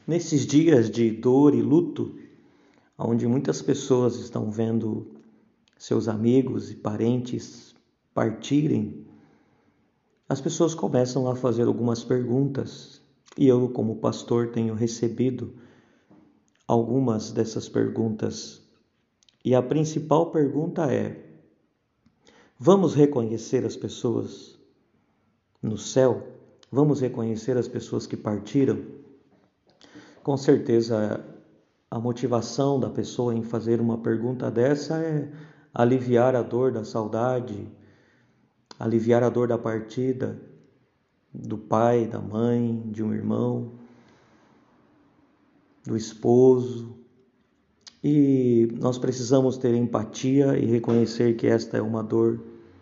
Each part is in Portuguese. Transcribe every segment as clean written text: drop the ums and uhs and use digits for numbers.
Nesses dias de dor e luto, onde muitas pessoas estão vendo seus amigos e parentes partirem, as pessoas começam a fazer algumas perguntas, e eu, como pastor, tenho recebido algumas dessas perguntas. E a principal pergunta é: vamos reconhecer as pessoas no céu? Vamos reconhecer as pessoas que partiram? Com certeza, a motivação da pessoa em fazer uma pergunta dessa é aliviar a dor da saudade, aliviar a dor da partida do pai, da mãe, de um irmão, do esposo. E nós precisamos ter empatia e reconhecer que esta é uma dor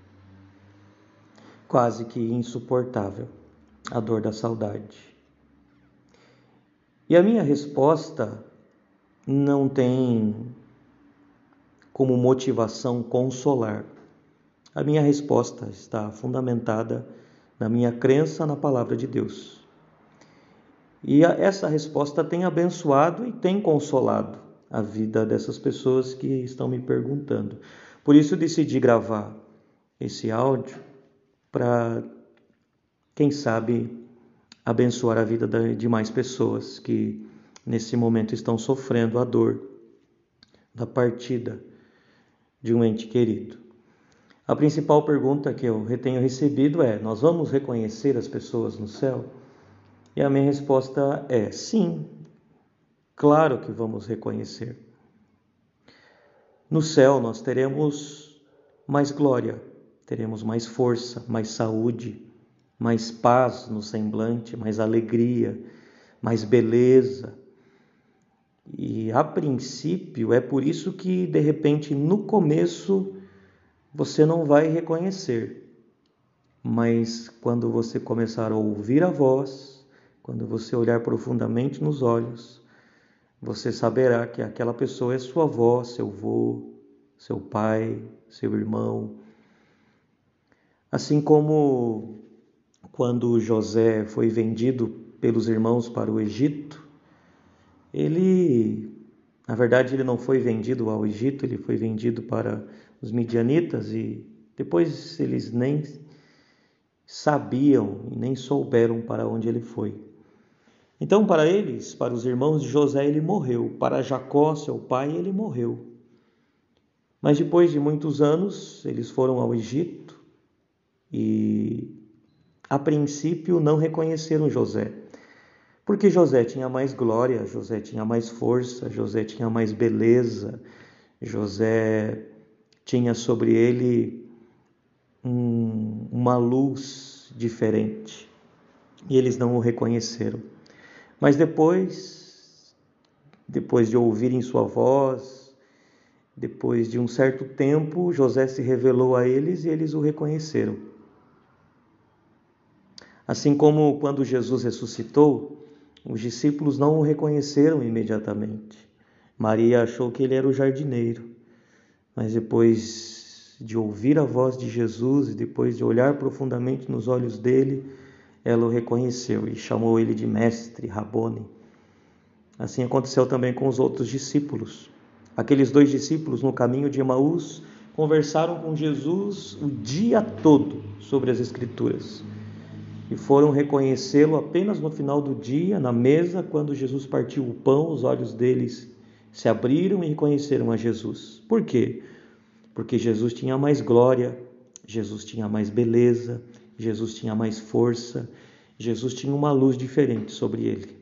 quase que insuportável, a dor da saudade. E a minha resposta não tem como motivação consolar. A minha resposta está fundamentada na minha crença na palavra de Deus. E essa resposta tem abençoado e tem consolado a vida dessas pessoas que estão me perguntando. Por isso decidi gravar esse áudio para, quem sabe, abençoar a vida de mais pessoas que nesse momento estão sofrendo a dor da partida de um ente querido. A principal pergunta que eu tenho recebido é: nós vamos reconhecer as pessoas no céu? E a minha resposta é sim, claro que vamos reconhecer. No céu nós teremos mais glória, teremos mais força, mais saúde, mais paz no semblante, mais alegria, mais beleza. E a princípio é por isso que de repente no começo você não vai reconhecer, mas quando você começar a ouvir a voz, quando você olhar profundamente nos olhos, você saberá que aquela pessoa é sua avó, seu avô, seu pai, seu irmão. Assim como quando José foi vendido pelos irmãos para o Egito, na verdade, ele não foi vendido ao Egito, ele foi vendido para os midianitas e depois eles nem sabiam e nem souberam para onde ele foi. Então, para eles, para os irmãos de José, ele morreu. Para Jacó, seu pai, ele morreu. Mas depois de muitos anos, eles foram ao Egito e, a princípio, não reconheceram José. Porque José tinha mais glória, José tinha mais força, José tinha mais beleza, José tinha sobre ele uma luz diferente. E eles não o reconheceram. Mas depois de ouvirem sua voz, depois de um certo tempo, José se revelou a eles e eles o reconheceram. Assim como quando Jesus ressuscitou, os discípulos não o reconheceram imediatamente. Maria achou que ele era o jardineiro, mas depois de ouvir a voz de Jesus e depois de olhar profundamente nos olhos dele, ela o reconheceu e chamou ele de mestre, Rabone. Assim aconteceu também com os outros discípulos. Aqueles 2 discípulos no caminho de Emaús conversaram com Jesus o dia todo sobre as Escrituras e foram reconhecê-lo apenas no final do dia, na mesa, quando Jesus partiu o pão, os olhos deles se abriram e reconheceram a Jesus. Por quê? Porque Jesus tinha mais glória, Jesus tinha mais beleza, Jesus tinha mais força, Jesus tinha uma luz diferente sobre ele.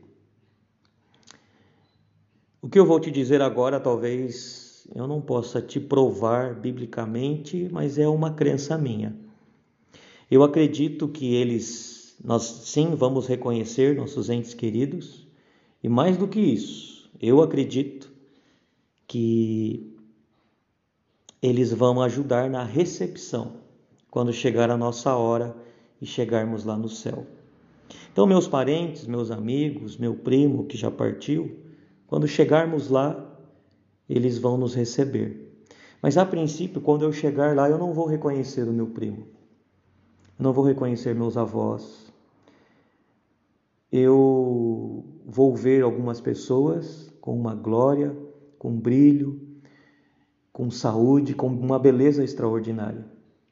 O que eu vou te dizer agora, talvez eu não possa te provar biblicamente, mas é uma crença minha. Eu acredito que nós sim vamos reconhecer nossos entes queridos, e mais do que isso, eu acredito que eles vão ajudar na recepção, quando chegar a nossa hora e chegarmos lá no céu. Então, meus parentes, meus amigos, meu primo que já partiu, quando chegarmos lá, eles vão nos receber. Mas a princípio, quando eu chegar lá, eu não vou reconhecer o meu primo. Eu não vou reconhecer meus avós. Eu vou ver algumas pessoas com uma glória, com um brilho, com saúde, com uma beleza extraordinária.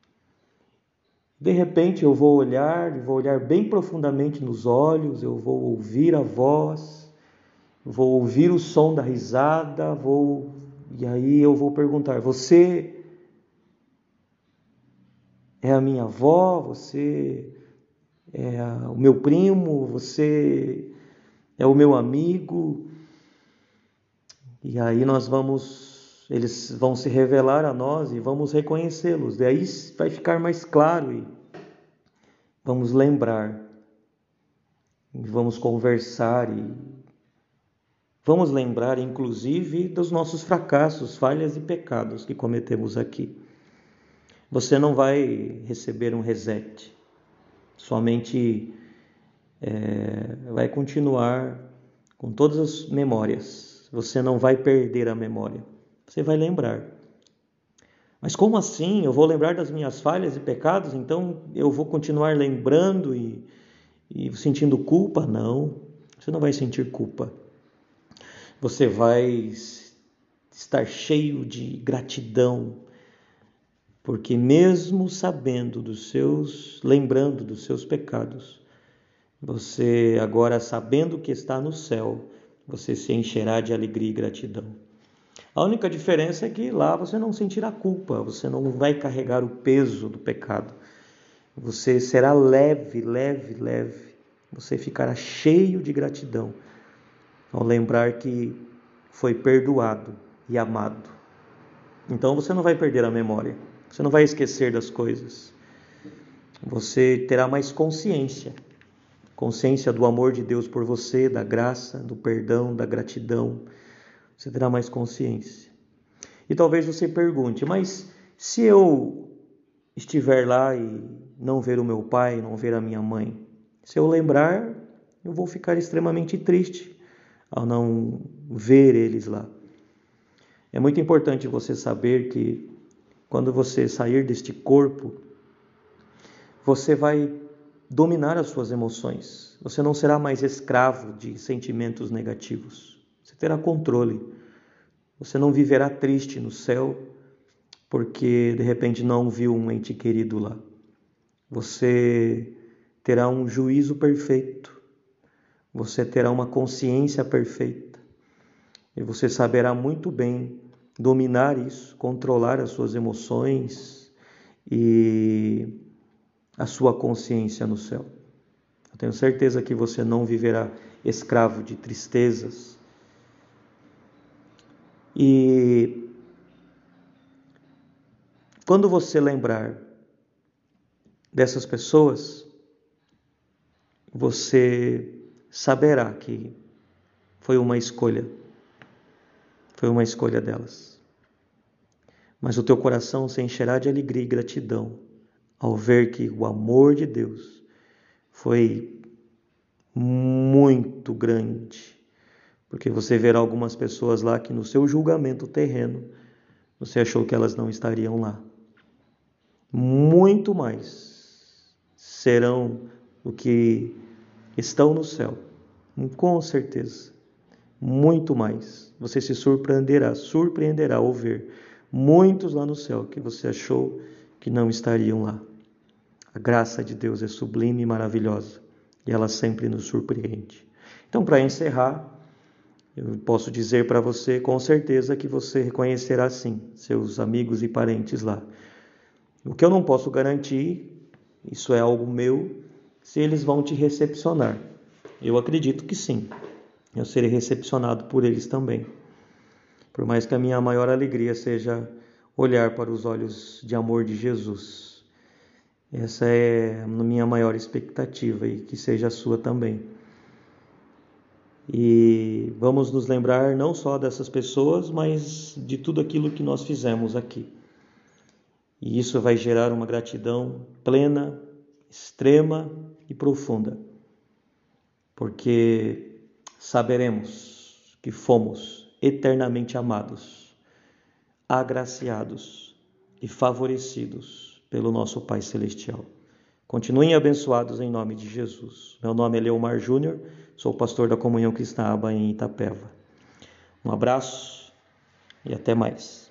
De repente eu vou olhar bem profundamente nos olhos, eu vou ouvir a voz, vou ouvir o som da risada, e aí eu vou perguntar: você é a minha avó? Você é o meu primo? Você é o meu amigo? E aí eles vão se revelar a nós e vamos reconhecê-los. Daí vai ficar mais claro e vamos lembrar, e vamos conversar e vamos lembrar inclusive dos nossos fracassos, falhas e pecados que cometemos aqui. Você não vai receber um reset, sua mente vai continuar com todas as memórias. Você não vai perder a memória, você vai lembrar. Mas como assim? Eu vou lembrar das minhas falhas e pecados, então eu vou continuar lembrando e sentindo culpa? Não, você não vai sentir culpa. Você vai estar cheio de gratidão, porque mesmo lembrando dos seus pecados, você agora, sabendo que está no céu, você se encherá de alegria e gratidão. A única diferença é que lá você não sentirá culpa, você não vai carregar o peso do pecado. Você será leve. Você ficará cheio de gratidão ao lembrar que foi perdoado e amado. Então você não vai perder a memória, você não vai esquecer das coisas. Você terá mais consciência do amor de Deus por você, da graça, do perdão, da gratidão. Você terá mais consciência. E talvez você pergunte: mas se eu estiver lá e não ver o meu pai, não ver a minha mãe, se eu lembrar, eu vou ficar extremamente triste ao não ver eles lá. É muito importante você saber que quando você sair deste corpo, você vai dominar as suas emoções. Você não será mais escravo de sentimentos negativos. Você terá controle. Você não viverá triste no céu porque de repente não viu um ente querido lá. Você terá um juízo perfeito. Você terá uma consciência perfeita. E você saberá muito bem dominar isso, controlar as suas emoções e a sua consciência no céu. Eu tenho certeza que você não viverá escravo de tristezas. E quando você lembrar dessas pessoas, você saberá que foi uma escolha delas. Mas o teu coração se encherá de alegria e gratidão ao ver que o amor de Deus foi muito grande. Porque você verá algumas pessoas lá que no seu julgamento terreno, você achou que elas não estariam lá. Muito mais serão do que estão no céu. Com certeza. Muito mais. Você se surpreenderá ao ver muitos lá no céu que você achou que não estariam lá. A graça de Deus é sublime e maravilhosa e ela sempre nos surpreende. Então, para encerrar, eu posso dizer para você com certeza que você reconhecerá sim seus amigos e parentes lá. O que eu não posso garantir, isso é algo meu, se eles vão te recepcionar. Eu acredito que sim. Eu serei recepcionado por eles também. Por mais que a minha maior alegria seja olhar para os olhos de amor de Jesus. Essa é a minha maior expectativa e que seja a sua também. E vamos nos lembrar não só dessas pessoas, mas de tudo aquilo que nós fizemos aqui. E isso vai gerar uma gratidão plena, extrema e profunda. Porque saberemos que fomos eternamente amados, agraciados e favorecidos pelo nosso Pai Celestial. Continuem abençoados em nome de Jesus. Meu nome é Leomar Júnior, sou pastor da Comunhão Cristã Aba em Itapeva. Um abraço e até mais.